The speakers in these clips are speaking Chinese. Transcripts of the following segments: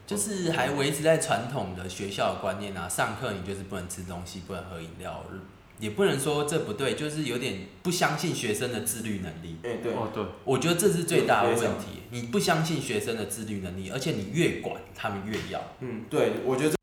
就是还维持在传统的学校的观念啊，上课你就是不能吃东西，不能喝饮料，也不能说这不对，就是有点不相信学生的自律能力。 对， 我觉得这是最大的问题，你不相信学生的自律能力，而且你越管他们越要。 对，我觉得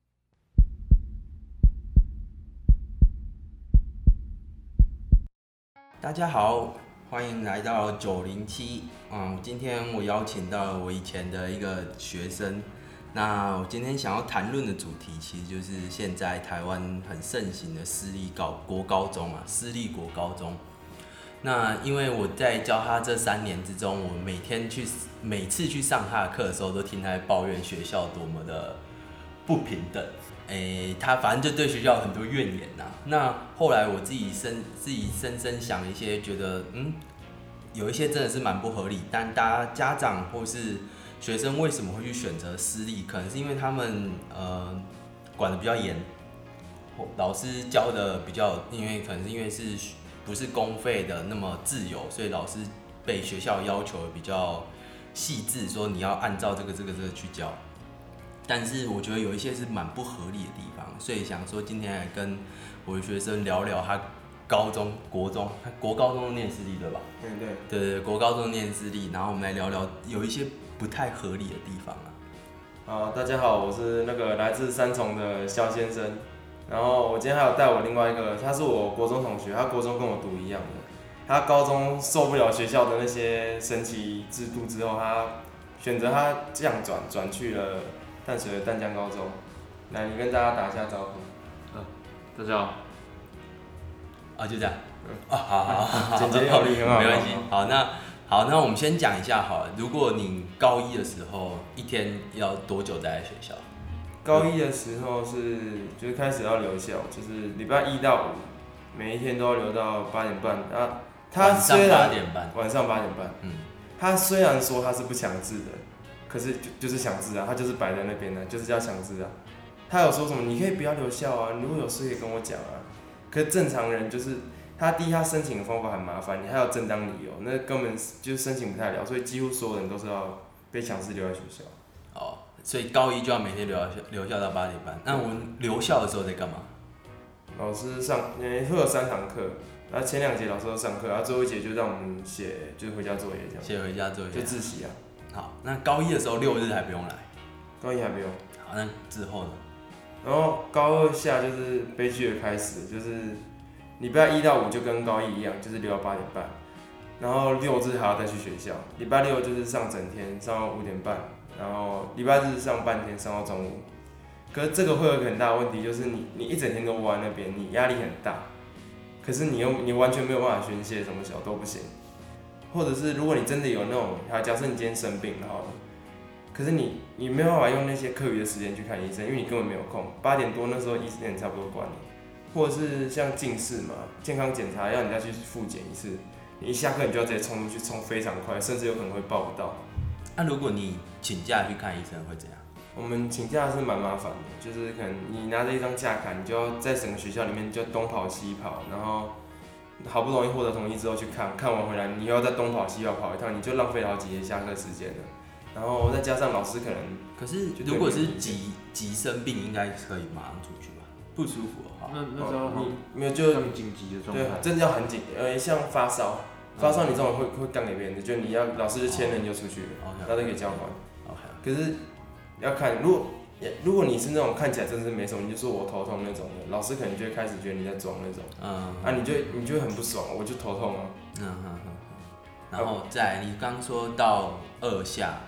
大家好，欢迎来到907。今天我邀请到了我以前的一个学生。那我今天想要谈论的主题，其实就是现在台湾很盛行的私立国高中啊，私立国高中。那因为我在教他这3年之中，我每次去上他的课的时候，都听他在抱怨学校多么的不平等。他反正就对学校有很多怨言呐。那后来我自己深深想一些，觉得有一些真的是蛮不合理。但大家家长或是学生为什么会去选择私立？可能是因为他们管得比较严，老师教的比较，因为可能是因为不是公费的那么自由，所以老师被学校要求的比较细致，说你要按照这个去教。但是我觉得有一些是蛮不合理的地方，所以想说今天来跟我的学生聊聊他高中、国中，他国高中都念私立对吧？对，国高中念私立，然后我们来聊聊有一些不太合理的地方啊。 好，大家好，我是那个来自三重的肖先生。然后我今天还有带我另外一个，他是我国中同学，他国中跟我读一样的。他高中受不了学校的那些神奇制度之后，他选择他降转去了淡水的淡江高中。来，你跟大家打一下招呼。 大家好。 就这样。好， 简洁有力，很好。 没关系。好，那我们先讲一下好了。如果你高一的时候一天要多久待在学校？ 高一的时候就是开始要留校，就是礼拜1到5，每一天都要留到8点半。他虽然晚上8点半，他虽然说他是不强制的，可是就是强制啊，他就是摆在那边的，就是要强制啊。他有说什么你可以不要留校啊，你如果有事可以跟我讲啊。可是正常人就是他申请的方法很麻烦，你还有正当理由，那根本就申请不太了，所以几乎所有人都是要被强制留在学校。 所以高一就要每天留校到8点半。那我们留校的时候在干嘛？ 老师会有3堂课，然后前2节老师都上课，然后最后1节就让我们写就是回家作业这样。 写回家作业。 就自习啊。 好，那高一的时候6日还不用来。 高一还不用。 好，那之后呢？ 然后高2下就是悲剧的开始，就是礼拜1到5就跟高1一样，就是留到8点半，然后6日还要再去学校。礼拜6就是上整天，上到5点半。然后礼拜日上半天，上到中午。可是这个会有一个很大的问题，就是你一整天都窝在那边，你压力很大。可是你完全没有办法宣泄，什么小都不行。或者是如果你真的有那种，假设你今天生病了好了，可是你没有办法用那些课余的时间去看医生，因为你根本没有空。8点多那时候医生也差不多关了。或者是像近视嘛，健康检查要你再去复检一次，你一下课你就要直接冲出去，冲非常快，甚至有可能会报不到。 那如果你请假去看医生会怎样？ 我们请假是蛮麻烦的，就是可能你拿着一张假卡，你就要在整个学校里面就东跑西跑，然后好不容易获得同意之后去看完回来，你又要再东跑西跑一趟，你就浪费了好几节下课时间了。然后再加上老师可能， 可是如果是急生病，应该可以马上出去吧？不舒服的话， 那时候你没有就很紧急的状态， 对，真的要很紧，像发烧你这种会干给别人的，就你要老师就签了你就出去了，然后再给教官。可是要看，如果你是那种看起来真是没什么，你就说我头痛那种的，老师可能就会开始觉得你在装那种，你就会很不爽，我就头痛啊。 然后再来，你刚说到2下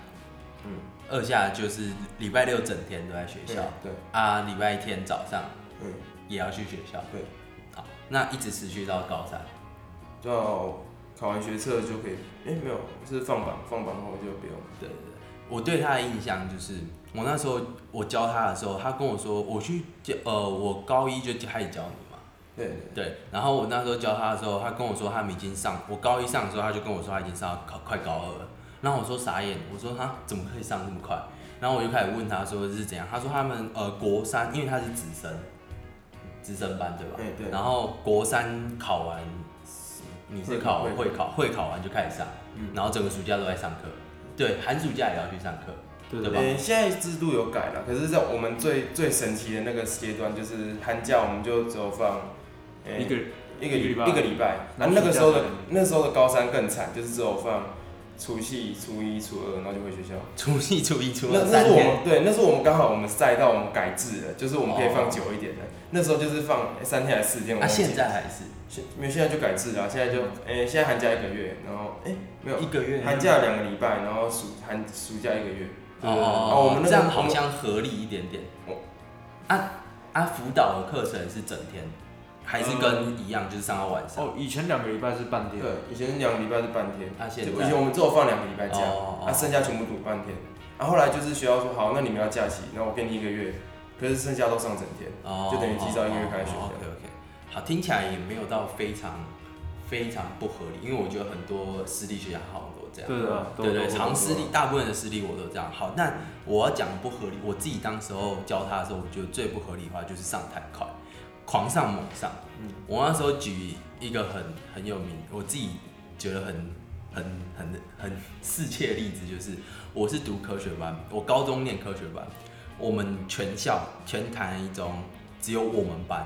，2下就是礼拜6整天都在学校， 对礼拜天早上，也要去学校， 对， 好，那一直持续到高3， 到考完学测就可以，没有，是放榜后就不用。 对，我对他的印象就是，我那时候我教他的时候，他跟我说，我高1就开始教你嘛，对，然后我那时候教他的时候，他跟我说他们已经我高1上的时候，他就跟我说他已经上到快高2了，然后我说傻眼，我说怎么可以上这么快？然后我就开始问他说是怎样，他说他们国3，因为他是直升班对吧？ 对。 然后国3考完，你是考会考完就开始上，然后整个暑假都在上课，对，寒暑假也要去上课。 对吧？ 现在制度有改了，可是，在我们最神奇的那个阶段，就是寒假我们就只有放一个礼拜。那个时候的高三更惨，就是只有放除夕、初一、初二，然后就回学校。 除夕、初一、初二那是我们刚好我们赛道我们改制了，就是我们可以放久一点的。那时候就是放3天还是4天。 现在还是？ 因为现在就改制了，现在就现在寒假1个月，然后没有 1个月， 寒假2个礼拜，然后暑假1个月。 我们这样好像合理一点点。辅导的课程是整天，还是跟一样就是上到晚上？ 以前2个礼拜是半天。 对，以前2个礼拜是半天。 现在以前我们只有放2个礼拜假，剩下全部读半天。后来就是学校说好，那你们要假期，那我给你1个月，可是剩下都上整天，就等于提早1个月开学。 OK， 好，听起来也没有到非常不合理，因为我觉得很多私立学校好像都这样。对，常私立，大部分的私立我都这样。好，那我要讲不合理，我自己当时候教他的时候，我觉得最不合理的话就是上太快，狂上猛上。我那时候举一个很有名，我自己觉得很适切的例子，就是我是读科学班，我高中念科学班，我们全台一中只有我们班。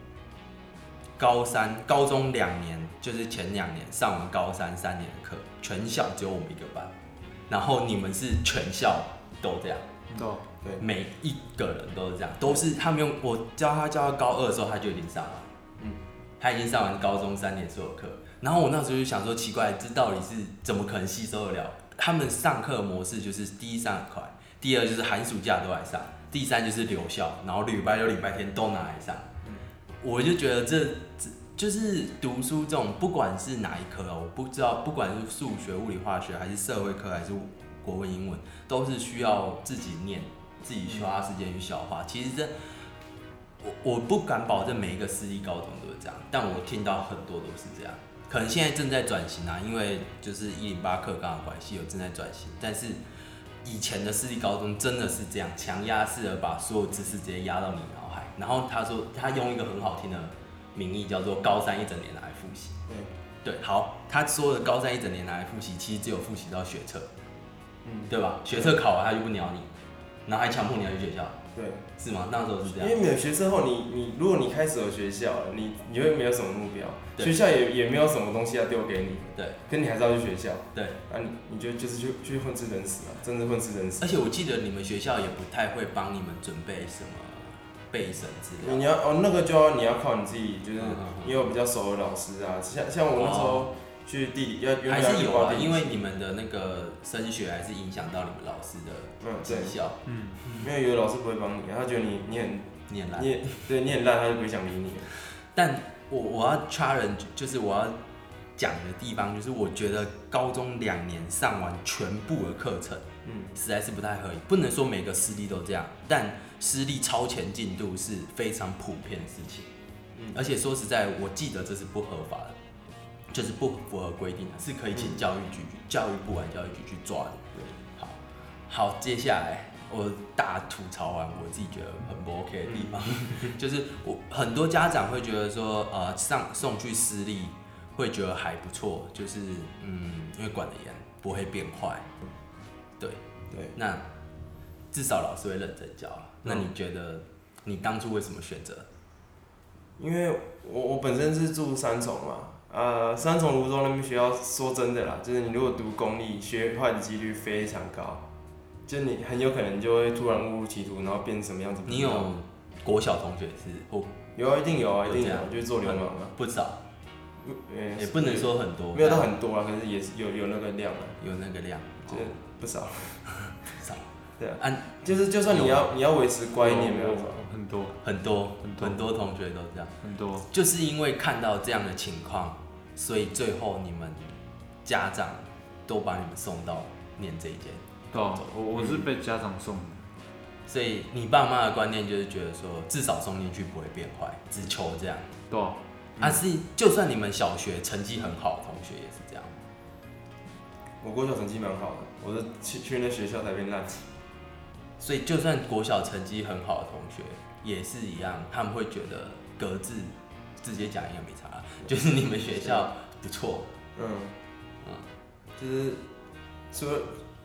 高中2年，就是前2年上完高3 3年的课，全校只有我们1个班，然后你们是全校都这样， 对， 每一个人都是这样，都是他们我教他高2的时候他就已经上完，他已经上完高中3年所有课，然后我那时候就想说奇怪，这到底是怎么可能吸收得了？他们上课模式就是第一上很快，第二就是寒暑假都来上，第三就是留校，然后礼拜六礼拜天都拿来上。我就觉得这就是读书这种，不管是哪一科我不知道，不管是数学、物理、化学，还是社会科，还是国文、英文，都是需要自己念，自己花时间去消化。其实我不敢保证每一个私立高中都是这样，但我听到很多都是这样。可能现在正在转型啊，因为就是108课纲的关系，有正在转型。但是以前的私立高中真的是这样，强压式的把所有知识直接压到你脑海。然后他说，他用一个很好听的名义叫做高3一整年拿来复习。对，好，他说的高3一整年拿来复习，其实只有复习到学测，对吧？学测考完他就不鸟你，然后还强迫你要去学校。 对， 是吗？那时候是这样。 因为没有学测后，如果你开始有学校了，你会没有什么目标，学校也没有什么东西要丢给你。 对， 可你还是要去学校。 对， 你就是去混吃等死啊，真的混吃等死。 而且我记得你们学校也不太会帮你们准备什么备审资料。 你要那个你要靠你自己，就是你有比较熟的老师啊，像我那时候去地理还是有啊，因为你们的那个升学还是影响到你们老师的绩效。 因为有的老师不会帮你，他觉得你很烂， 你很烂，他就不会想理你。 但我要 challenge， 就是我要讲的地方，就是我觉得高中2年上完全部的课程，实在是不太合理。不能说每个私立都这样，但私立超前进度是非常普遍的事情。而且说实在，我记得这是不合法的，就是不符合规定的，是可以请教育部管教育局去抓的。好，接下来我大吐槽完我自己觉得很不 OK 的地方，就是很多家长会觉得说，送去私立会觉得还不错，就是因为管得严，不会变坏。对，那至少老师会认真教。那你觉得你当初为什么选择？ 因为我本身是住三重嘛，三重芦洲那边学校，说真的啦，就是你如果读公立，学坏的几率非常高。就你很有可能就会突然误入歧途，然后变成什么样子？ 你有国小同学是有啊，一定有啊，一定有，就是做流氓啊， 不少，也不能说很多， 没有到很多啊，可是也是有那个量啊， 有那个量， 就是不少， 少， 对啊，就是就算你要维持乖，你也没办法， 很多同学都这样， 很多， 就是因为看到这样的情况，所以最后你们家长都把你们送到念这一间。 对啊，我是被家长送的， 所以你爸妈的观念就是觉得说，至少送进去不会变坏，只求这样。 对啊， 就算你们小学成绩很好的同学也是这样。 我国小成绩蛮好的，我是去那学校才变烂。 所以就算国小成绩很好的同学也是一样，他们会觉得格致直接讲应该没差，就是你们学校不错。 就是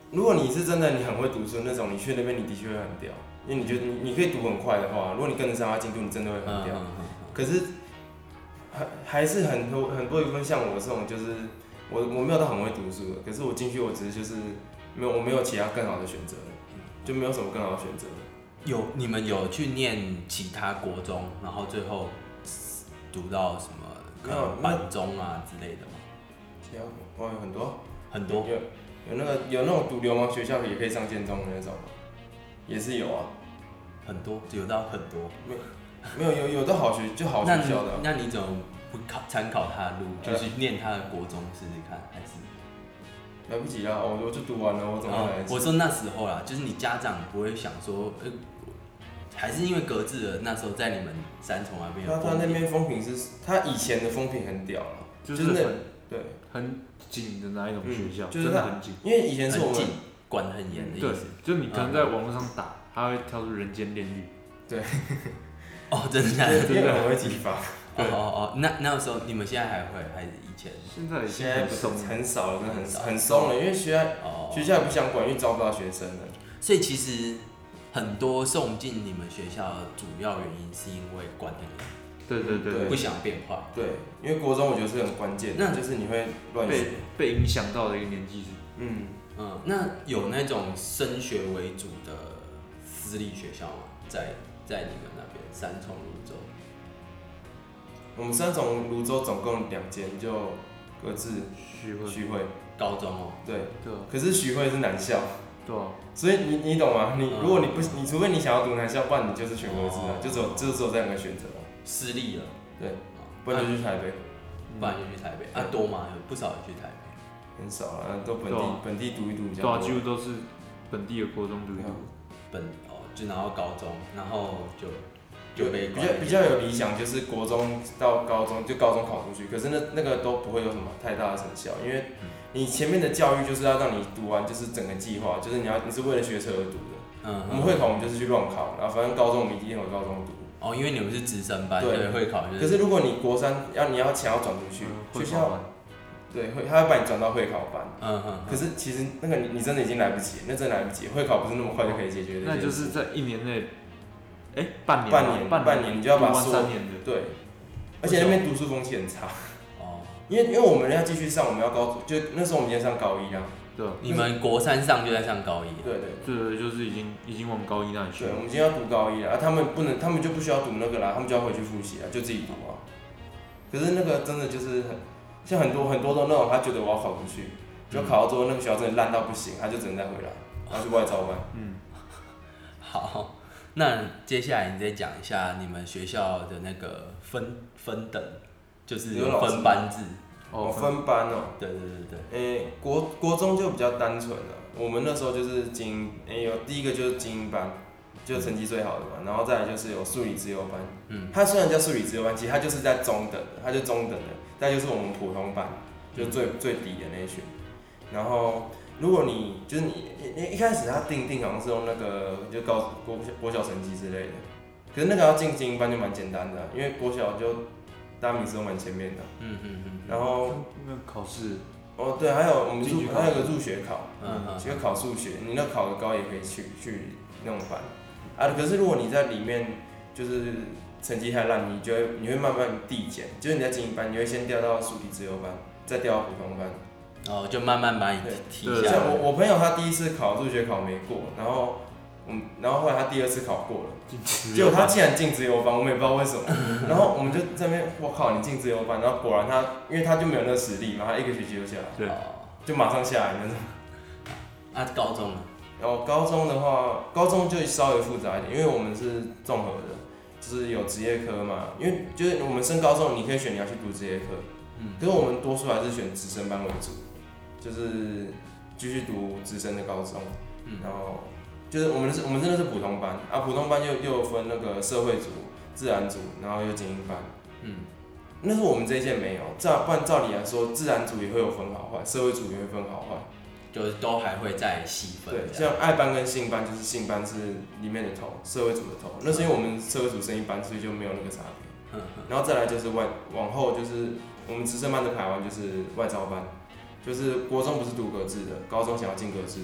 如果你是真的你很会读书那种，你去那边你的确会很屌，因为你觉得你可以读很快的话，如果你跟得上他进度，你真的会很屌。可是还是很多一分像我这种，就是我没有到很会读书的，可是我进去我只是就是我没有其他更好的选择，就没有什么更好的选择。 你们有去念其他国中，然后最后读到什么可能板中啊之类的吗？ 其他有很多有那种读流氓学校也可以上建中的那种，也是有啊。 很多有到很多。 没有的好学校的。 那你怎么不参考他的路，就去念他的国中试试看？还是来不及啦，我就读完了，我怎么来得及？ 我说那时候啦，就是你家长不会想说，还是因为隔制了，那时候在你们三重那边有。 他那边风评他以前的风评很屌了， 就是很紧的那一种学校， 就是真的很紧。 因为以前是我们管很严的意思。 对，就你可能在网络上打，他会跳出人间炼狱。 对。 哦，真的假的？ 因为很会激发。 那时候你们现在还会还是以前？ 现在很少了，真的很松了，因为学校也不想管，因为招不到学生了。 所以其实很多送进你们学校的主要原因是因为管很严。 对， 不想变化。 对，因为国中我觉得是很关键的，就是你会乱学， 被影响到的一个年纪是。 那有那种升学为主的私立学校吗？在你们那边三重泸州？ 我们三重泸州总共2间，就各自徐汇高中哦。 对。可是徐汇是男校。 对啊。 所以你懂吗？如果你除非你想要读男校，不然你就是全国制啊，就只有这2个选择。 私立了。 对。不然就去台北。 不然就去台北。多吗？有不少人去台北。 很少啊，都本地读一读比较多。 对啊，几乎都是本地的国中读一读。 就拿到高中，然后就被比较有理想，就是国中到高中，就高中考出去，可是那个都不会有什么太大的成效，因为你前面的教育就是要让你读完就是整个计划，就是你是为了学车而读的。我们会考我们就是去乱考，然后反正高中我们一定回高中读。 因为你们是直升班，对，会考就是。 可是如果你国三你要想要转出去，学校。对，他会把你转到会考班。可是其实那个你真的已经来不及，那真的来不及。会考不是那么快就可以解决的。 那就是在1年内，半年你就要把 3年的。 对。而且那边读书风气很差。因为我们要继续上，我们要就那时候我们已经上高一啦。 对。 你们国3上就在上高一。 对，就是已经往高一那里去。 对，我们已经要读高一了，他们就不需要读那个啦，他们就要回去复习啊，就自己读啊。可是那个真的就是像很多都那种，他觉得我要考出去，就考到之后那个学校真的烂到不行，他就只能再回来，然后去外招班。 好，那接下来你再讲一下你们学校的那个分等，就是有分班制。 分班哦。 对。 国中就比较单纯了，我们那时候就是有第一个就是精英班，就成绩最好的嘛，然后再来就是有数理资优班。它虽然叫数理资优班，其实它就是在中等的，它就中等的。再就是我们普通班，就最底的那一群。然后，如果你一开始他定好像是用那个就国小成绩之类的，可是那个要进精英班就蛮简单的，因为国小就大家名次都蛮前面的。然后那考试。 对，还有我们还有个入学考，就考数学，你那考得高也可以去那种班。可是如果你在里面就是成绩太烂，你会慢慢递减，就是你在精英班，你会先调到数理资优班，再调到普通班。 就慢慢把你提下来。 像我朋友他第一次考入学考没过，然后后来他第2次考过了，结果他竟然进资优班，我们也不知道为什么。然后我们就在那边，我靠，你进资优班，然后果然因为他就没有那个实力嘛，他1个学期就下来， 对， 就马上下来那种。 高中呢？ 高中的话，高中就稍微复杂一点，因为我们是综合的。就是有职业科嘛，因为就是我们升高中，你可以选你要去读职业科，可是我们多数还是选直升班为主，就是继续读直升的高中，然后就是我们真的是普通班啊，普通班又有分那个社会组、自然组，然后又精英班，那是我们这一届没有，不然照理来说，自然组也会有分好坏，社会组也会分好坏。 就是都还会再细分。 对，像爱班跟性班，就是性班是里面的头，社会组的头。那是因为我们社会组升一班，所以就没有那个差别。然后再来就是往后就是我们直升班的排完就是外招班，就是国中不是读格制的，高中想要进格制读，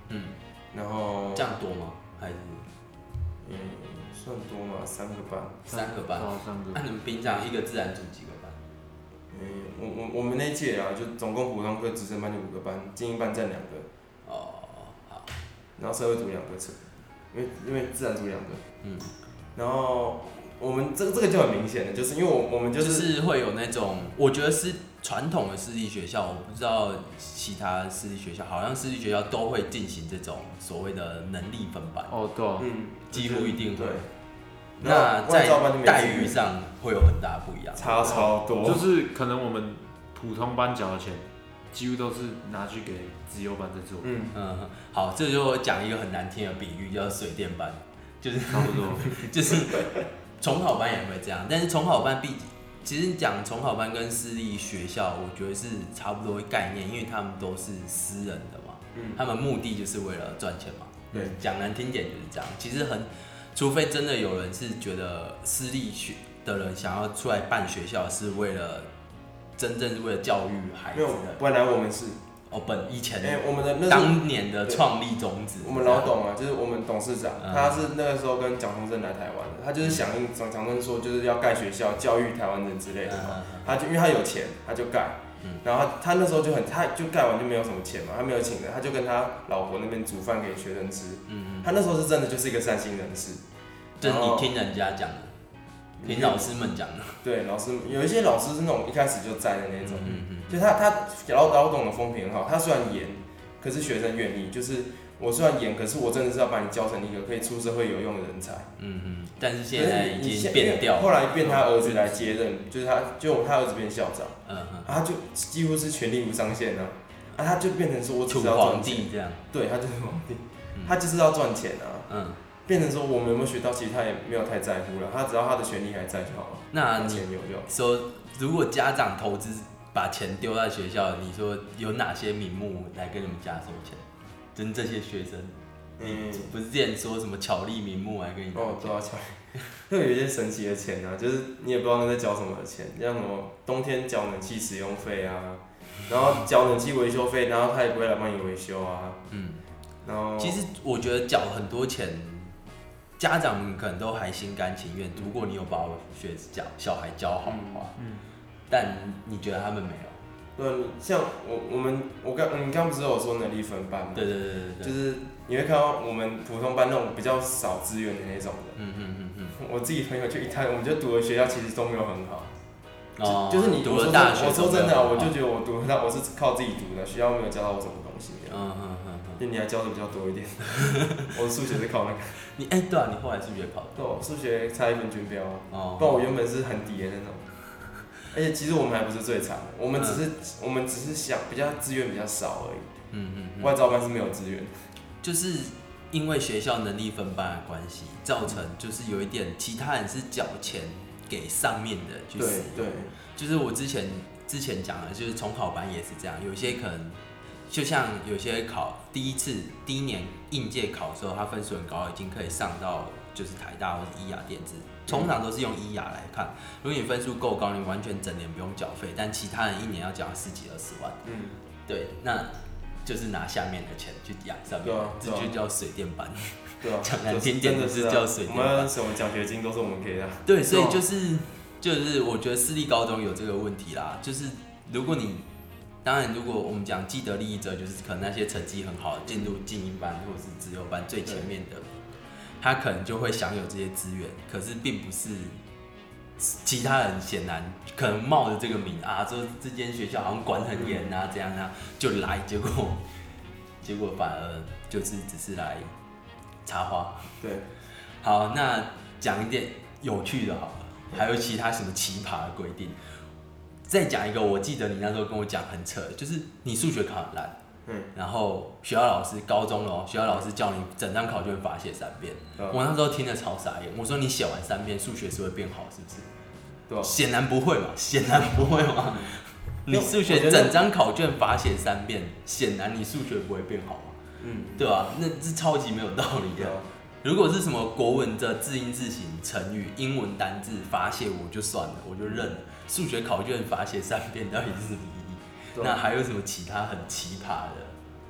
然后这样多吗？还是算多吗？3个班。 3个班。 3个。 那你们平常一个自然组几个班？ 我们那一届啊，就总共普通科直升班就5个班，精英班占2个。 哦，好。 然后社会组2个车，因为自然组2个。然后我们这个就很明显的，就是因为我们就是会有那种，我觉得是传统的私立学校，我不知道其他私立学校，好像私立学校都会进行这种所谓的能力分班。 哦，对啊。 几乎一定会。 对。 那在待遇上会有很大不一样， 差超多。 就是可能我们普通班缴的钱，几乎都是拿去给资优班在做。 好，这就讲一个很难听的比喻，叫水电班，就是差不多， 就是重考班也会这样，但是重考班其实讲重考班跟私立学校，我觉得是差不多的概念，因为他们都是私人的嘛，他们目的就是为了赚钱嘛。 对， 讲难听点就是这样。其实除非真的有人是觉得私立学的人想要出来办学校，是为了真正是为了教育孩子的。 没有，本来我们是。 以前我们的当年的创立宗旨。 我们老董啊，就是我们董事长，他是那个时候跟蒋中正来台湾的，他就是响应蒋中正说就是要盖学校教育台湾人之类的嘛。他就因为他有钱，他就盖。然后他那时候他就盖完就没有什么钱嘛，他没有请人，他就跟他老婆那边煮饭给学生吃。他那时候是真的就是一个善心人士。 就是你听人家讲的，听老师们讲的。 对，老师有一些老师是那种一开始就在的那种。就他老董的风评很好，他虽然严，可是学生愿意。就是我虽然严，可是我真的是要把你教成一个可以出社会有用的人才。 但是现在已经变掉了。 后来变他儿子来接任，就是他儿子变校长。他就几乎是权力无上限啊。他就变成说我只是要赚钱。 这样。 对，他就是皇帝，他就是要赚钱啊。变成说我们有没有学到，其实他也没有太在乎了，他只要他的权利还在就好了。 那你钱有就好。 说如果家长投资把钱丢在学校，你说有哪些名目来跟你们家收钱？跟这些学生，不是之前说什么巧立名目来跟你们？ 对啊，巧立，就有一些神奇的钱啊，就是你也不知道那在交什么的钱，像什么冬天缴冷气使用费啊，然后缴冷气维修费，然后他也不会来帮你维修啊。然后其实我觉得缴很多钱，家长们可能都还心甘情愿。如果你有把小孩教好的话，但你觉得他们没有？ 对，像你刚不是有说能力分班吗？ 对， 就是你会看到我们普通班那种比较少资源的那种的。我自己朋友就我们就读的学校其实都没有很好。就是你读了大学， 我说真的，我就觉得我是靠自己读的，学校没有教到我什么东西。就你还教的比较多一点。我数学是考那个。 对啊，你后来数学考？ 对，数学差1分均标。不然我原本是很底的那种。而且其实我们还不是最惨的，我们只是想比较资源比较少而已。外招班是没有资源。 就是因为学校能力分班的关系，造成就是有一点其他人是缴钱给上面的去使用。对，就是我之前讲的，就是重考班也是这样，有些可能就像有些第一年应届考的时候，他分数很高，已经可以上到就是台大或是医雅电子。通常都是用医雅来看，如果你分数够高，你完全整年不用缴费，但其他人一年要缴10几20万。对，那就是拿下面的钱去养上面，这就叫水电班。 对啊， 讲难听点就是叫水电班。 我们什么奖学金都是我们给的。 对，所以就是我觉得私立高中有这个问题啦，就是当然如果我们讲既得利益者，就是可能那些成绩很好进入精英班或者是资优班最前面的。他可能就会享有这些资源，可是并不是其他人显然可能冒着这个名说这间学校好像管很严啊，这样就来，结果反而就是只是来插花。 对， 好，那讲一点有趣的好了，还有其他什么奇葩的规定？再讲一个，我记得你那时候跟我讲很扯，就是你数学考很烂。然后学校老师高中了，学校老师叫你整张考卷罚写3遍。我那时候听得超傻眼，我说你写完3遍，数学是会变好是不是？ 对， 显然不会嘛，你数学整张考卷罚写3遍，显然你数学不会变好嘛。对吧？那是超级没有道理的。如果是什么国文的字音字形、成语、英文单字罚写我就算了，我就认了。数学考卷罚写3遍到底是什么意义？那还有什么其他很奇葩的？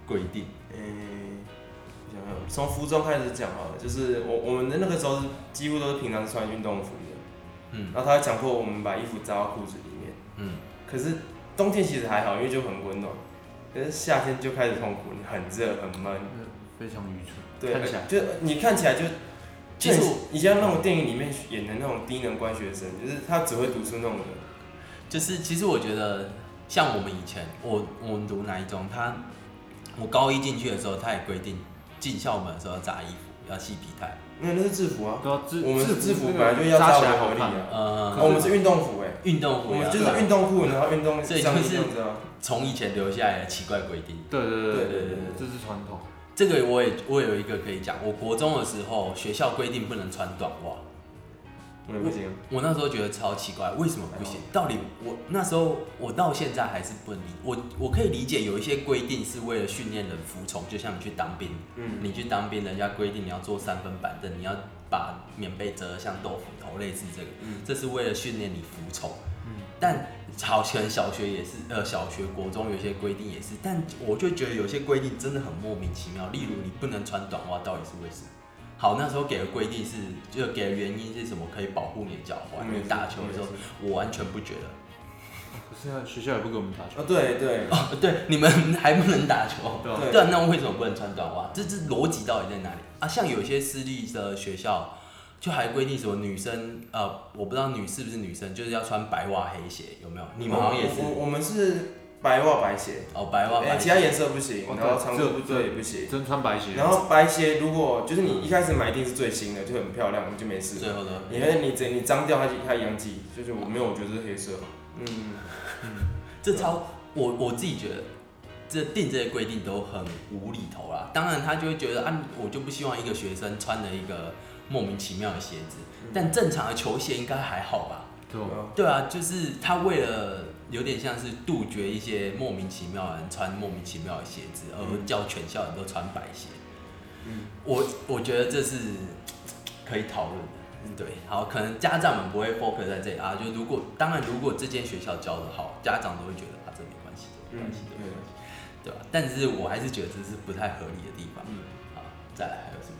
规定？ 我想想，从服装开始讲好了，就是我们的那个时候几乎都是平常穿运动服的，然后他会强迫我们把衣服扎到裤子里面，可是冬天其实还好，因为就很温暖，可是夏天就开始痛苦，很热很闷， 非常愚蠢。 对， 看起来就你看起来就。 其实以前那种电影里面演的那种低能乖学生，就是他只会读书那种人。 就是其实我觉得，像我们以前，我们读哪一中，我高一进去的时候，他也规定进校门的时候要扎衣服，要系皮带。 那是制服啊， 对啊， 我们是制服本来就要扎的合理啊。我们是运动服运动服， 我们就是运动裤，然后运动上衣这样子啊。 从以前留下来的奇怪规定。 对，这是传统。 这个我有一个可以讲，我国中的时候学校规定不能穿短袜， 不行。 我那时候觉得超奇怪，为什么不行？到底那时候我到现在还是不能理我可以理解有一些规定是为了训练人服从，就像你去当兵，你去当兵，人家规定你要坐3分板凳，你要把棉被折得像豆腐头，类似这个，这是为了训练你服从。但好，可能小学也是，小学、国中有些规定也是，但我就觉得有些规定真的很莫名其妙。例如，你不能穿短袜，到底是为什么？好，那时候给的规定是，就给的原因是什么？可以保护你的脚踝。你打球的时候，我完全不觉得。 可是学校也不给我们打球。 对，你们还不能打球。对啊，那为什么不能穿短袜？这逻辑到底在哪里啊？像有些私立的学校。就还规定什么女生，我不知道是不是女生，就是要穿白袜黑鞋，有没有？你们好像也是。 我们是白袜白鞋。 白袜白鞋。 其他颜色不行，然后长裤不对也不行。 真穿白鞋。 然后白鞋如果就是你一开始买一定是最新的，就很漂亮，你就没事。 最后呢？ 你脏掉它一样记，就是我没有，我觉得是黑色。 这我自己觉得。定这些规定都很无厘头啦，当然他就会觉得我就不希望一个学生穿了一个莫名其妙的鞋子，但正常的球鞋应该还好吧？对啊，就是他为了有点像是杜绝一些莫名其妙的人穿莫名其妙的鞋子，而叫全校人都穿白鞋。我觉得这是可以讨论的。对，好，可能家长们不会 focus 在这里啊，就如果这间学校教得好，家长都会觉得这没关系，没关系。对吧？但是我还是觉得这是不太合理的地方。好，再来还有什么？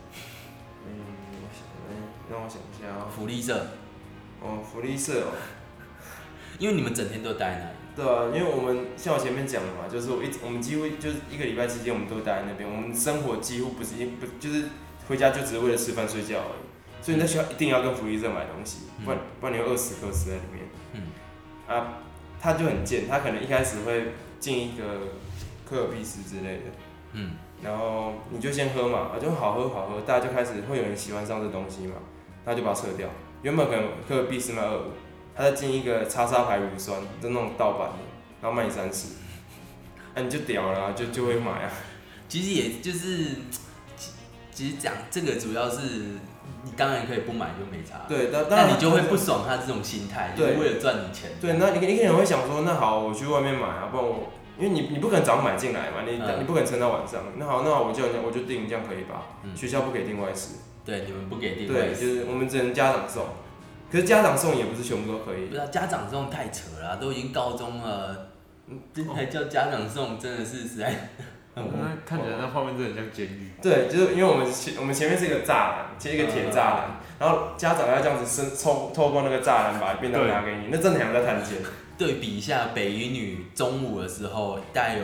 让我想一下福利社。 福利社因为你们整天都待在那里。 对啊，因为我们像我前面讲的嘛，就是我们几乎就是1个礼拜期间我们都待在那边，我们生活几乎不就是回家就只是为了吃饭睡觉而已。所以你在学校一定要跟福利社买东西，不然你会饿死在里面。他就很贱，他可能一开始会进一个科尔必斯之类的，然后你就先喝嘛，就好喝，大家就开始会有人喜欢上这东西嘛，他就把它撤掉。原本可能科尔必斯卖25，他再进一个叉沙牌乳酸，就那种盗版的，然后卖你30，你就屌了就会买啊。 其实也就是，其实讲这个主要是你当然可以不买就没差， 对， 但你就会不爽他这种心态，就是为了赚你钱。 对，那你可能会想说，那好，我去外面买啊，不然因为你不可能早上买进来嘛，你不可能撑到晚上。那好，我就订，这样可以吧？学校不给订外食。 对，你们不给订外食。 对，就是我们只能家长送。可是家长送也不是全部都可以。 不是家长送太扯了，都已经高中了，还叫家长送，真的是实在。 看起来那画面真的很像监狱。 对，就是因为我们前面是一个栅栏，一个铁栅栏，然后家长要这样子透过那个栅栏把便当拿给你，那真的像在探监。 对比一下北一女中午的时候，大概有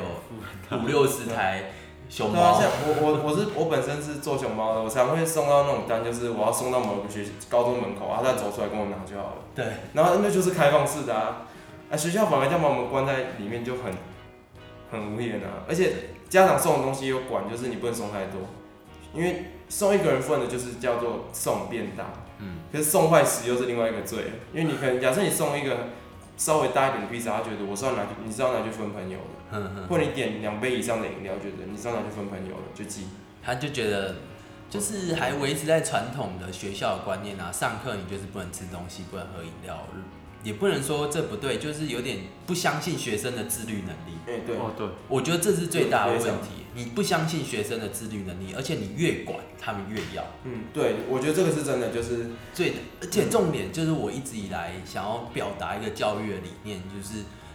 50-60台熊猫。 像我本身是做熊猫的，我常会送到那种单，就是我要送到某个高中门口，然后再走出来跟我拿就好了。 对。 然后那就是开放式的啊，学校反而这样把我们关在里面就很无言啊，而且家长送的东西有管，就是你不能送太多，因为送一个人份的就是叫做送便当，可是送坏食又是另外一个罪，因为你可能假设你送一个稍微大一点的披萨，他觉得你是要拿去分朋友的，或者你点2杯以上的饮料，觉得你是要拿去分朋友的，就记。 他就觉得就是还维持在传统的学校的观念啊，上课你就是不能吃东西，不能喝饮料。也不能说这不对，就是有点不相信学生的自律能力。 对， 我觉得这是最大的问题。你不相信学生的自律能力，而且你越管，他们越要。 对，我觉得这个是真的，就是而且重点就是我一直以来想要表达一个教育的理念，就是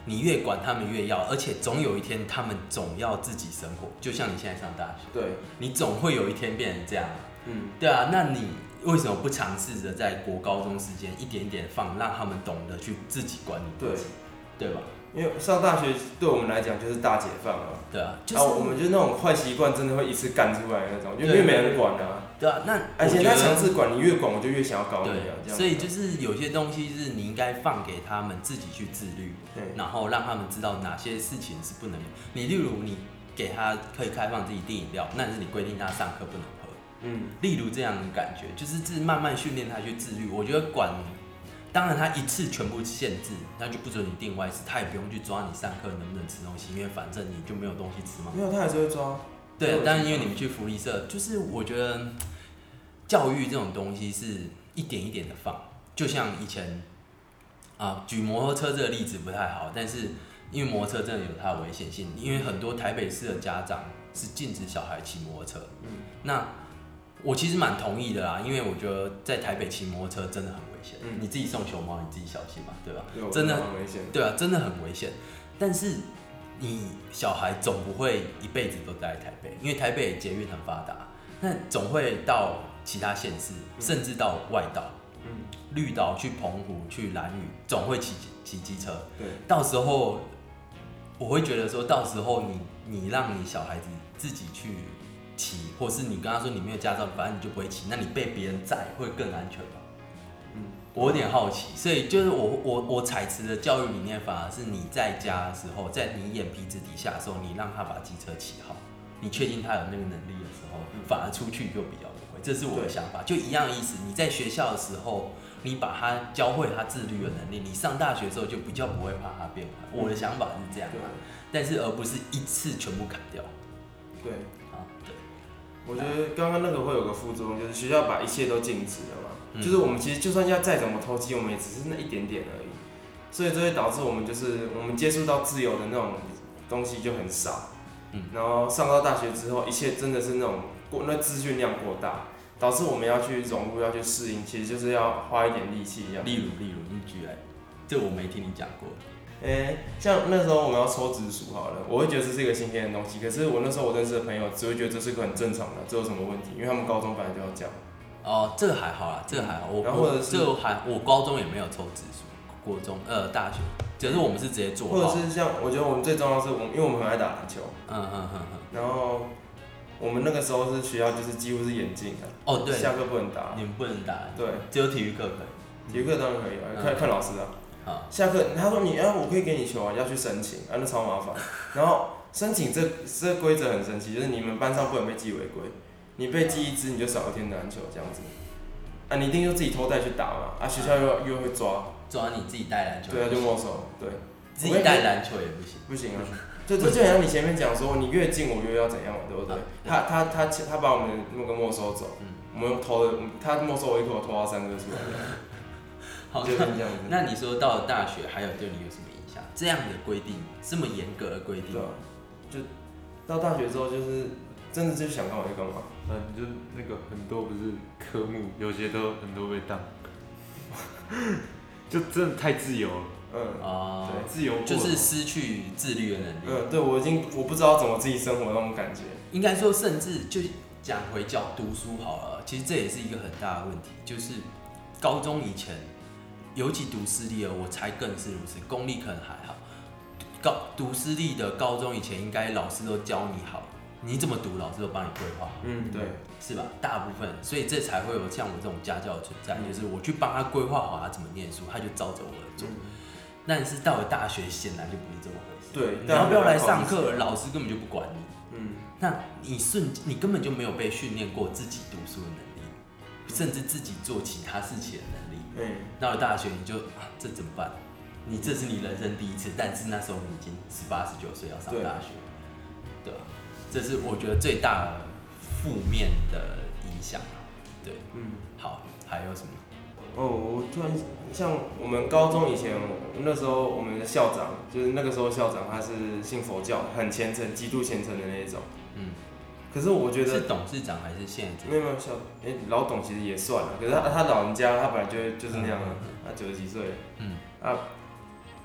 你越管他们越要，而且总有一天他们总要自己生活，就像你现在上大学， 对， 你总会有一天变成这样，对啊，那你为什么不尝试着在国高中时间一点一点放，让他们懂得去自己管理自己，对吧？ 因为上大学对我们来讲就是大解放啊， 对啊，就是我们就那种坏习惯真的会一次干出来的那种，因为没人管啊。 对啊，那而且他强制管你，越管我就越想要搞你啊，这样。 所以就是有些东西是你应该放给他们自己去自律，然后让他们知道哪些事情是不能。你例如你给他可以开放自己订饮料，那是你规定他上课不能喝。例如这样的感觉，就是慢慢训练他去自律。我觉得管。当然，他一次全部限制，那就不准你订外食，他也不用去抓你上课能不能吃东西，因为反正你就没有东西吃嘛。 没有，他还是会抓。 对，但是因为你们去福利社，就是我觉得教育这种东西是一点一点的放，就像以前举摩托车这个例子不太好，但是因为摩托车真的有它的危险性，因为很多台北市的家长是禁止小孩骑摩托车。那我其实蛮同意的啦，因为我觉得在台北骑摩托车真的很危险。你自己送熊猫，你自己小心嘛，对吧？真的很危险。 对啊，真的很危险。但是你小孩总不会一辈子都待在台北，因为台北捷运很发达，那总会到其他县市，甚至到外岛，绿岛去澎湖、去兰屿，总会骑机车。 对， 到时候我会觉得说，到时候你让你小孩子自己去骑，或是你跟他说你没有驾照，反正你就不会骑，那你被别人载会更安全吗？我有点好奇，所以就是我采持的教育理念，反而是你在家的时候，在你眼皮子底下的时候，你让他把机车骑好，你确定他有那个能力的时候，反而出去就比较不会。这是我的想法，就一样的意思。你在学校的时候，你把他教会他自律的能力，你上大学之后就比较不会怕他变坏。我的想法是这样，但是而不是一次全部砍掉。 对， 对。 我觉得刚刚那个会有个副作用，就是学校把一切都禁止了嘛。就是我们其实就算要再怎么偷鸡，我们也只是那一点点而已，所以这会导致我们我们接触到自由的那种东西就很少，然后上到大学之后，一切真的是那资讯量过大，导致我们要去融入，要去适应，其实就是要花一点力气一样。 例如，你举来，这我没听你讲过。 像那时候我们要抽直属好了，我会觉得这是一个新鲜的东西，可是我那时候我认识的朋友只会觉得这是个很正常的，这有什么问题？因为他们高中本来就要这样。 这个还好啦，这个还好。我高中也没有抽直属，国中大学，只是我们是直接做。 或者是像我觉得我们最重要的是因为我们很爱打篮球。然后我们那个时候是学校就是几乎是严禁的。对。下课不能打。 你们不能打。 对。 只有体育课可以。 体育课当然可以啊，看老师啊。下课他说我可以给你球啊，要去申请那超麻烦。然后申请这规则很神奇，就是你们班上不能被记违规。你被记一支，你就少一天篮球这样子。你一定就自己偷带去打嘛。学校又会抓你自己带篮球。 对啊，就没收。对。 自己带篮球也不行。 不行啊。就好像你前面讲说，你越近我越要怎样嘛，对不对？他把我们那个没收走，我们用偷的，他没收我一颗，我偷他3个出来。 好， 就这样子。 那你说到了大学，还有对你有什么影响？这样的规定，这么严格的规定。 对啊。就到大学之后，就是真的就想干嘛就干嘛。 就那个很多不是科目，有些都很多被当，就真的太自由了。对，自由就是失去自律的能力。 对，我不知道怎么自己生活那种感觉。 应该说，甚至就讲回读书好了，其实这也是一个很大的问题，就是高中以前，尤其读私立的，我猜更是如此，公立可能还好。读私立的高中以前，应该老师都教你好。你怎么读，老师都帮你规划。 对， 是吧？大部分，所以这才会有像我这种家教的存在，就是我去帮他规划好他怎么念书，他就照着我的做。但是到了大学，显然就不是这么回事。 对， 你要不要来上课，老师根本就不管你。那你根本就没有被训练过自己读书的能力，甚至自己做其他事情的能力。到了大学，你就这怎么办？这是你人生第一次，但是那时候你已经18、19岁要上大学，对吧？这是我觉得最大的负面的影响。对，好，还有什么？ 我突然像我们高中以前，那时候我们的校长，就是那个时候校长他是信佛教，很虔诚，极度虔诚的那一种。可是我觉得是董事长还是现在？ 没有老董其实也算了，可是他老人家他本来就是那样他90几岁了。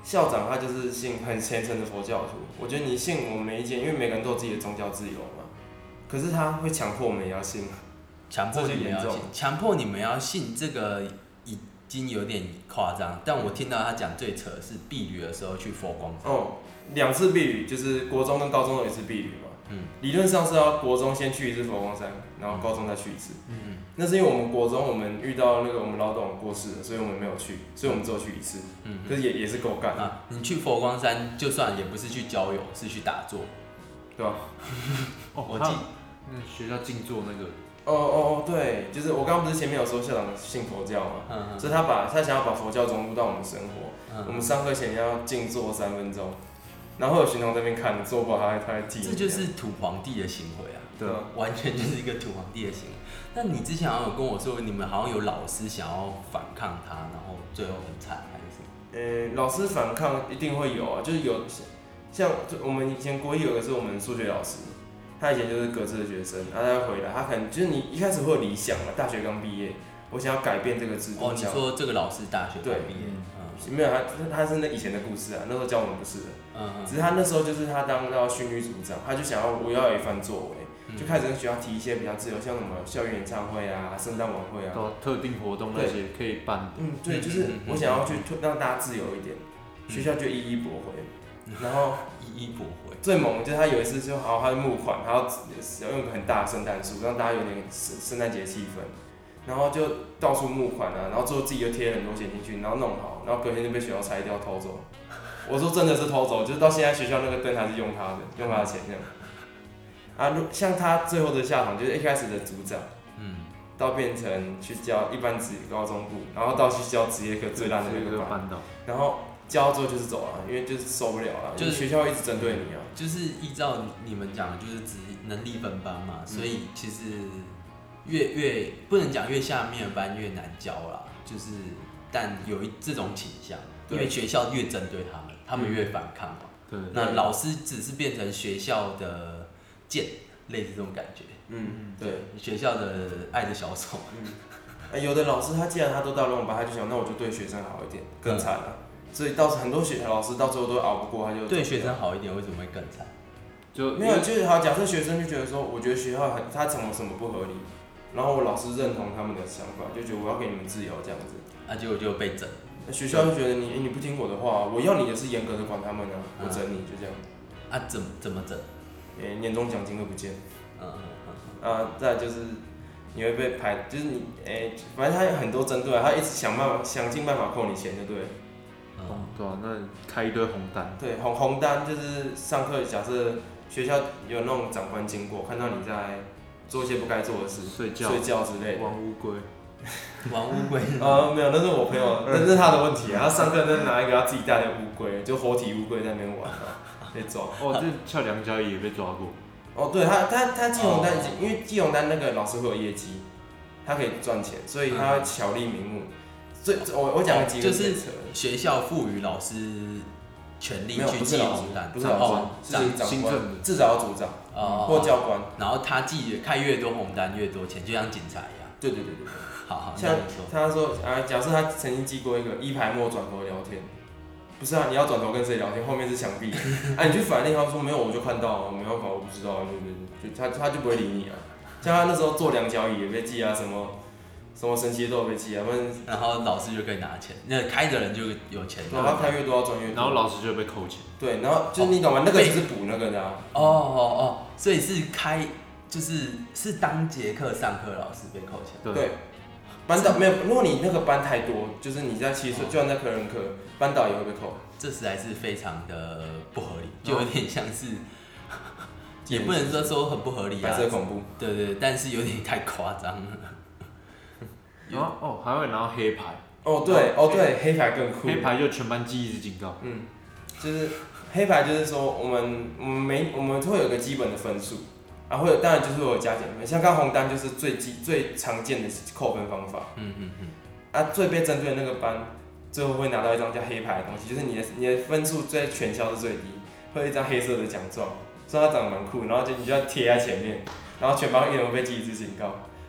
校长他就是信很虔诚的佛教徒，我觉得你信我们没意见，因为每个人都有自己的宗教自由嘛。可是他会强迫我们也要信， 强迫你们要信，强迫你们要信这个已经有点夸张。但我听到他讲最扯的是避旅的时候去佛光山。 哦，2次避旅，就是国中跟高中都有一次避旅嘛。理论上是要国中先去一次佛光山，然后高中再去一次。那是因为我们国中我们遇到那个我们老董过世了，所以我们没有去，所以我们只有去一次。可是也是够干啊！你去佛光山，就算也不是去郊游，是去打坐， 对吧？ 我记学校静坐那个。 对，就是我刚刚不是前面有说校长信佛教嘛，所以他想要把佛教融入到我们生活。我们上课前要静坐3分钟，然后有学童在那边看，做不好他会记。 这就是土皇帝的行为啊！ 对， 完全就是一个土皇帝的行为。那你之前好像有跟我说，你们好像有老师想要反抗他，然后最后很惨还是什么？ 老师反抗一定会有啊，就是有像我们以前国一有个是我们数学老师。他以前就是格致的学生，然后他回来，他可能就是你一开始会有理想嘛，大学刚毕业，我想要改变这个制度。 你说这个老师大学刚毕业， 没有他是那以前的故事啊，那时候教我们不是的，只是他那时候就是他当到训育组长，他就想要我要有一番作为，就开始跟学校提一些比较自由，像什么校园演唱会啊、圣诞晚会啊， 特定活动那些可以办。 对，就是我想要去让大家自由一点，学校就一一驳回，然后一一驳回。 最猛就是他有一次就他的募款，他要用一个很大的圣诞树，让大家有点圣诞节气氛，然后就到处募款啊，然后最后自己又贴了很多钱进去，然后弄好，然后隔天就被学校拆掉偷走。我说真的是偷走，就是到现在学校那个灯还是用他的钱这样。啊，像他最后的下场就是一开始的组长，到变成去教一般高中部，然后到去教职业课最烂的那个班，然后。教之后就是走了，因为就是受不了了，就是学校一直针对你啊。 就是依照你们讲的，就是能力分班嘛，所以其实越不能讲越下面的班越难教啦，就是但有这种倾向，因为学校越针对他们越反抗嘛。 对， 那老师只是变成学校的剑，类似这种感觉。 对， 学校的爱的小手。 有的老师他既然他都到那种班，他就想那我就对学生好一点，更惨了。所以到很多老师到最后都熬不过，他就对学生好一点，为什么会更惨？ 没有，就是好，假设学生就觉得说，我觉得学校他什么不合理，然后我老师认同他们的想法，就觉得我要给你们自由这样子， 结果就被整。 学校就觉得你不听我的话，我要你的是严格的管他们啊，我整你就这样。 怎么整？ 年终奖金会不见。再来就是你会被排，就是你反正他有很多针对，他一直想尽办法扣你钱就对了。 对啊，那开一堆红单。 对，红单就是上课，假设学校有那种长官经过，看到你在做一些不该做的事，睡觉之类的。 玩乌龟。 玩乌龟？ 没有，那是我朋友，那是他的问题啊。他上课在拿一个他自己带的乌龟，就活体乌龟在那边玩啊，被抓。 这翘两脚也被抓过。 对他记红单，因为记红单那个老师会有业绩，他可以赚钱，所以他巧立名目。我讲个几个就是学校赋予老师权利去记红单， 不是老师，是长官，至少要组长或教官。 然后他开越多红单越多钱，就像警察一样。 对。 好， 像他说假设他曾经记过一个一排末转头聊天，不是啊，你要转头跟谁聊天？后面是墙壁，你去反映他说没有，我就看到，没办法，我不知道，就他就不会理你啊。像他那时候坐2脚椅也被记啊，什么神奇都有被记啊， 然后老师就可以拿钱，那开的人就有钱。 然后他开越多要赚越多。 然后老师就会被扣钱。 对，然后就是你懂吗？那个只是补那个的啊。 所以是是当节课上课老师被扣钱。 对。班导没有，如果你那个班太多，就是你在就算在科任课，班导也会被扣。 这实在是非常的不合理，就有点像是，也不能说很不合理啊。 白色恐怖。对， 但是有点太夸张了。 然后还会拿到黑牌。 对，黑牌更酷。 黑牌就全班记一次警告。 就是黑牌就是说我们会有一个基本的分数。当然就是会有加减分，像刚红单就是最常见的扣分方法。最被针对的那个班，最后会拿到一张叫黑牌的东西，就是你的分数在全校是最低，会有一张黑色的奖状，所以它长得蛮酷，然后你就要贴在前面，然后全班一人会被记一次警告。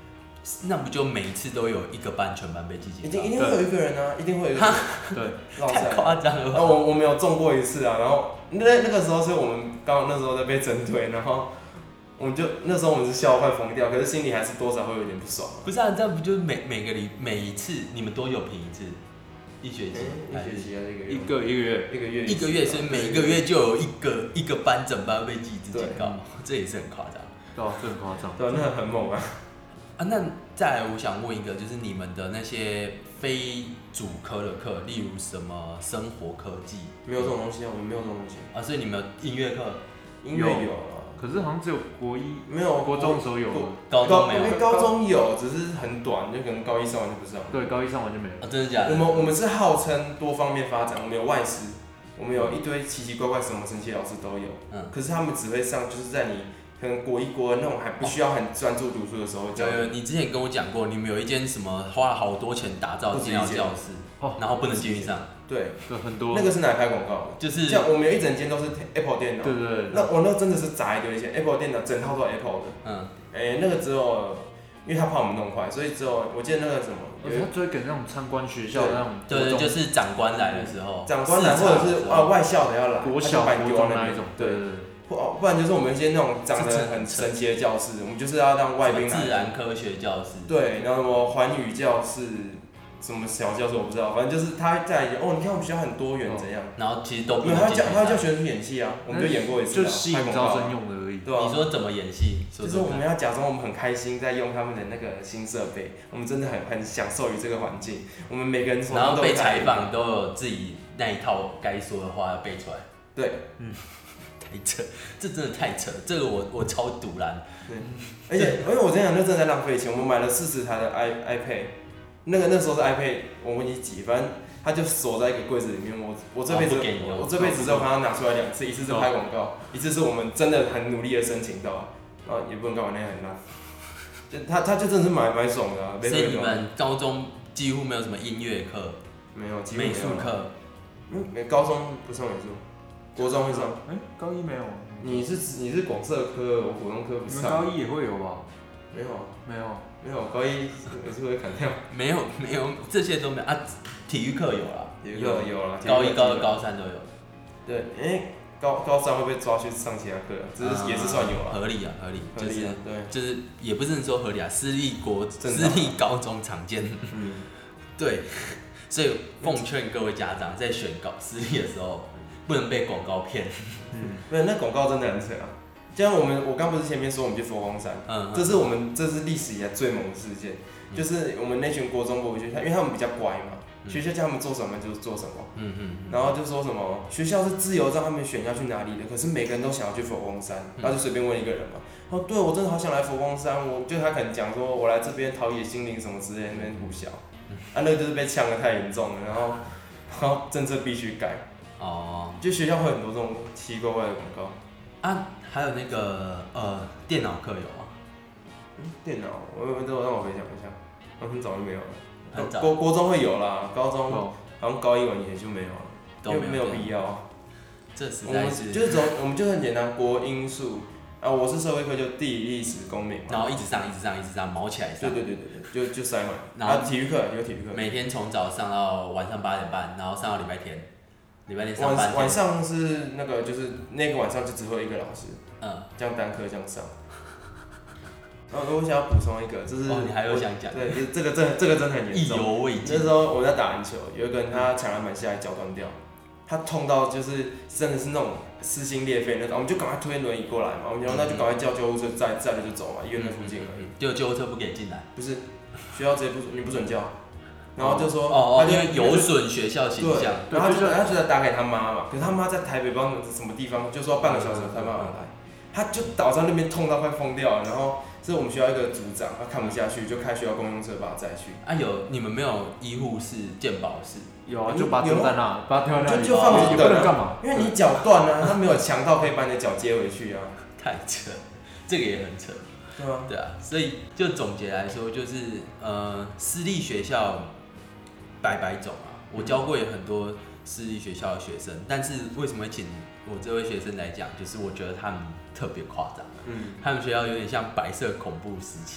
那不就每一次都有一个班全班被记警告？ 一定会有一个人啊，一定会有一个人。 对， 太夸张了吧。 我们有中过一次啊，然后那个时候是我们刚好那时候在被针对，然后我们就那时候我们是笑到快疯掉，可是心里还是多少会有点不爽。 不是啊，这样不就每一次你们都有评一次？一学期？ 一学期还是一个月？ 一个月，所以每个月就有一个班整班被记一次警告，这也是很夸张。 对啊，这很夸张。 对，那很猛啊。 那再来，我想问一个，就是你们的那些非主科的课，例如什么生活科技， 没有这种东西啊，我们没有这种东西啊，所以你们有音乐课？ 音乐有啊， 可是好像只有国一没有， 国中的时候有， 高中没有。 因为高中有，只是很短，就可能高一上完就不上。 对，高一上完就没有。 啊，真的假的？ 我们是号称多方面发展，我们有外师，我们有一堆奇奇怪怪什么神奇老师都有。可是他们只会上，就是在你可能国一国二那种还不需要很专注读书的时候教。 你之前跟我讲过，你们有一间什么花了好多钱打造电脑教室，然后不能进去上。 对， 很多。 那个是拿来拍广告的， 就是像我们有一整间都是 Apple 电脑。 对。 那我那真的是砸一堆钱 ，Apple 电脑整套都是 Apple 的。那个只有，因为他怕我们弄坏，所以只有我记得那个什么， 他就会给那种参观学校那种。 对，就是长官来的时候。 长官来或者是外校的要来， 国小、国中那一种。对。 不然就是我们一些那种长得很神奇的教室，我们就是要让外宾来。 自然科学教室。 对，然后什么环宇教室，什么小教室我不知道，反正就是他在你看我们学校很多元怎样。 然后其实都不能进去。 他叫学生演戏啊，我们就演过一次。 就吸引招生用的而已。 对啊。 你说怎么演戏？ 就是我们要假装我们很开心，在用他们的那个新设备，我们真的很享受于这个环境。我们每个人然后被采访都有自己那一套该说的话要背出来。 对。 太扯，这真的太扯，这个我超堵拦。 对，而且因为我这样那真的在浪费钱，我们买了40台的 iPad， 那时候是 iPad， 我忘记几，反正它就锁在一个柜子里面。我这辈子只有看它拿出来2次，一次是拍广告，一次是我们真的很努力的申请到，然后也不能干嘛，那很烂。他就真的是蛮爽的啊。 所以你们高中几乎没有什么音乐课？ 没有， 美术课。 高中不上美术。国中会上， 高一没有。 你是广社科，我普通科不上。 你们高一也会有吧？ 没有，高一美术会砍掉。 没有，这些都没有啊。体育课有啦， 有啦。 高一、高二、高三都有。 对，高三会被抓去上其他课，这是也是算有啦。 合理啊， 对， 就是也不是说合理啊，私立高中常见。对，所以奉劝各位家长在选私立的时候。不能被广告骗。 对，那广告真的很扯啊！就像我刚不是前面说我们去佛光山，这是历史以来最猛的事件，就是我们那群国中国学校，因为他们比较乖嘛，学校叫他们做什么就是做什么，然后就说什么学校是自由让他们选要去哪里的，可是每个人都想要去佛光山，然后就随便问一个人嘛，对我真的好想来佛光山，他可能讲说我来这边陶冶心灵什么之类的，那边胡小，那个就是被呛得太严重了，然后政策必须改。就学校会很多这种奇奇怪怪的广告啊，还有那个电脑课有吗？ 电脑，让我回想一下，很早就没有了。国中会有啦，高中好像高一完也就没有了，因为没有必要。 这实在是我们就很简单，国英数啊，我是社会科，就地理、历史、公民， 然后一直上，毛起来上。 对，就塞满。 然后体育课有体育课， 每天从早上到晚上8点半，然后上到礼拜天。上班晚上是那个，就是那个晚上就只会有一个老师，这样单科这样上。然后我想要补充一个，就是你还有想讲？ 对，这个真的很严重。 意犹未尽。 那时候我在打篮球，有一个人他抢篮板下来脚断掉，他痛到就是真的是那种撕心裂肺那种，我们就赶快推轮椅过来嘛，我们那就赶快叫救护车载了就走嘛，医院在附近而已。 就救护车不给进来？ 不是，学校直接你不准叫。然后就说， 因为有损学校形象。 然后他就打给他妈嘛，可是他妈在台北不知道什么地方，就说半个小时他妈妈来，他就倒在那边痛到快疯掉了。然后是我们学校一个组长，他看不下去，就开学校公用车把他载去。 你们没有医护室、健保室？ 有啊，就把他丢在那，把他丢在那里。 就放着等干嘛？ 因为你脚断啊，他没有强到可以把你的脚接回去啊。 太扯，这个也很扯。对啊，所以就总结来说，就是私立学校。百种啊，我教过也很多私立学校的学生，但是为什么会请我这位学生来讲，就是我觉得他们特别夸张，他们学校有点像白色恐怖时期那样，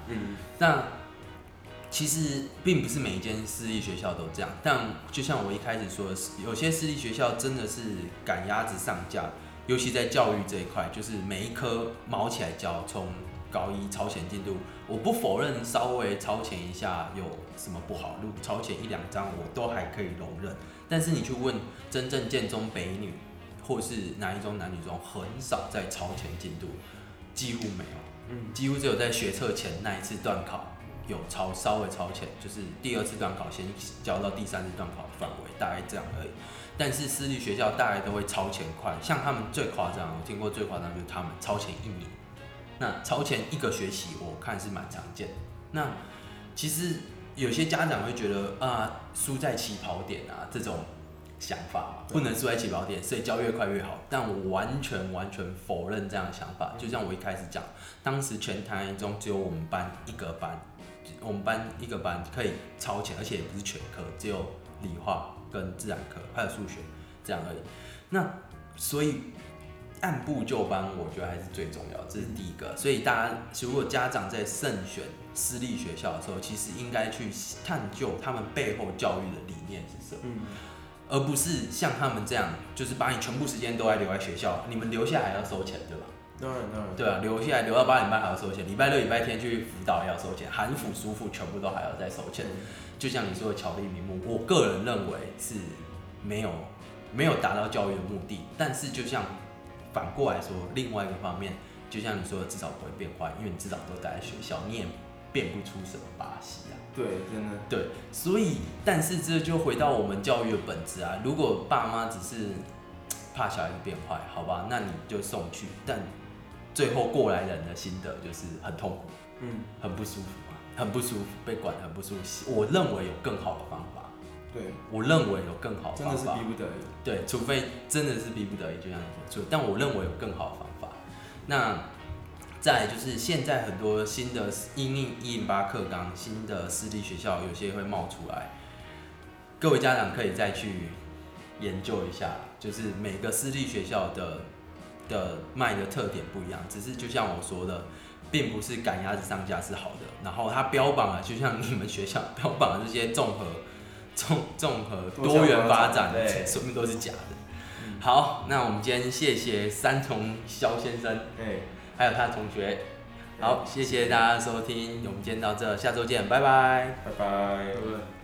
那其实并不是每一间私立学校都这样，但就像我一开始说的，有些私立学校真的是赶鸭子上架，尤其在教育这一块，就是每一科毛起来教，从高一超前进度，我不否认稍微超前一下有什么不好，如果超前1-2章我都还可以容忍，但是你去问真正建中北女或是哪一中男女中，很少在超前进度，几乎没有，几乎只有在学测前那一次段考。有稍微超前，就是第2次段考先交到第3次段考的范围，大概这样而已。但是私立学校大概都会超前快，像他们最夸张，我听过最夸张就是他们超前1年，那超前1个学期，我看是蛮常见的。那其实有些家长会觉得输在起跑点啊这种想法，不能输在起跑点，所以教越快越好。但我完全否认这样的想法。就像我一开始讲，当时全台中只有我们班一个班。我们班一个班可以超前，而且也不是全科，只有理化跟自然科，还有数学这样而已。那所以按部就班，我觉得还是最重要，这是第一个。所以大家如果家长在慎选私立学校的时候，其实应该去探究他们背后教育的理念是什么，而不是像他们这样，就是把你全部时间都留在学校，你们留下来要收钱，对吧？ 当然。 对啊，留下来留到8点半还要收钱，礼拜六、礼拜天去辅导也要收钱，寒辅、暑辅全部都还要再收钱。就像你说的巧立名目，我个人认为是没有达到教育的目的。但是就像反过来说，另外一个方面，就像你说的，至少不会变坏，因为你至少都待在学校，你也变不出什么把戏啊。 对，真的。 对，所以但是这就回到我们教育的本质啊。如果爸妈只是怕小孩子变坏，好吧，那你就送去，但最后过来人的心得就是很痛苦，很不舒服很不舒服，被管很不舒服。我认为有更好的方法， 对， 我认为有更好的方法， 真的是逼不得已， 对，除非真的是逼不得已，就像你说，但我认为有更好的方法。那再来就是现在很多新的因应108课纲，新的私立学校有些会冒出来，各位家长可以再去研究一下，就是每个私立学校的卖的特点不一样，只是就像我说的，并不是赶鸭子上架是好的，然后它标榜了，就像你们学校标榜的这些综合多元发展，全部都是假的。好，那我们今天谢谢三重肖先生，还有他的同学，好，谢谢大家的收听，我们今天到这，下周见，拜拜， 拜拜。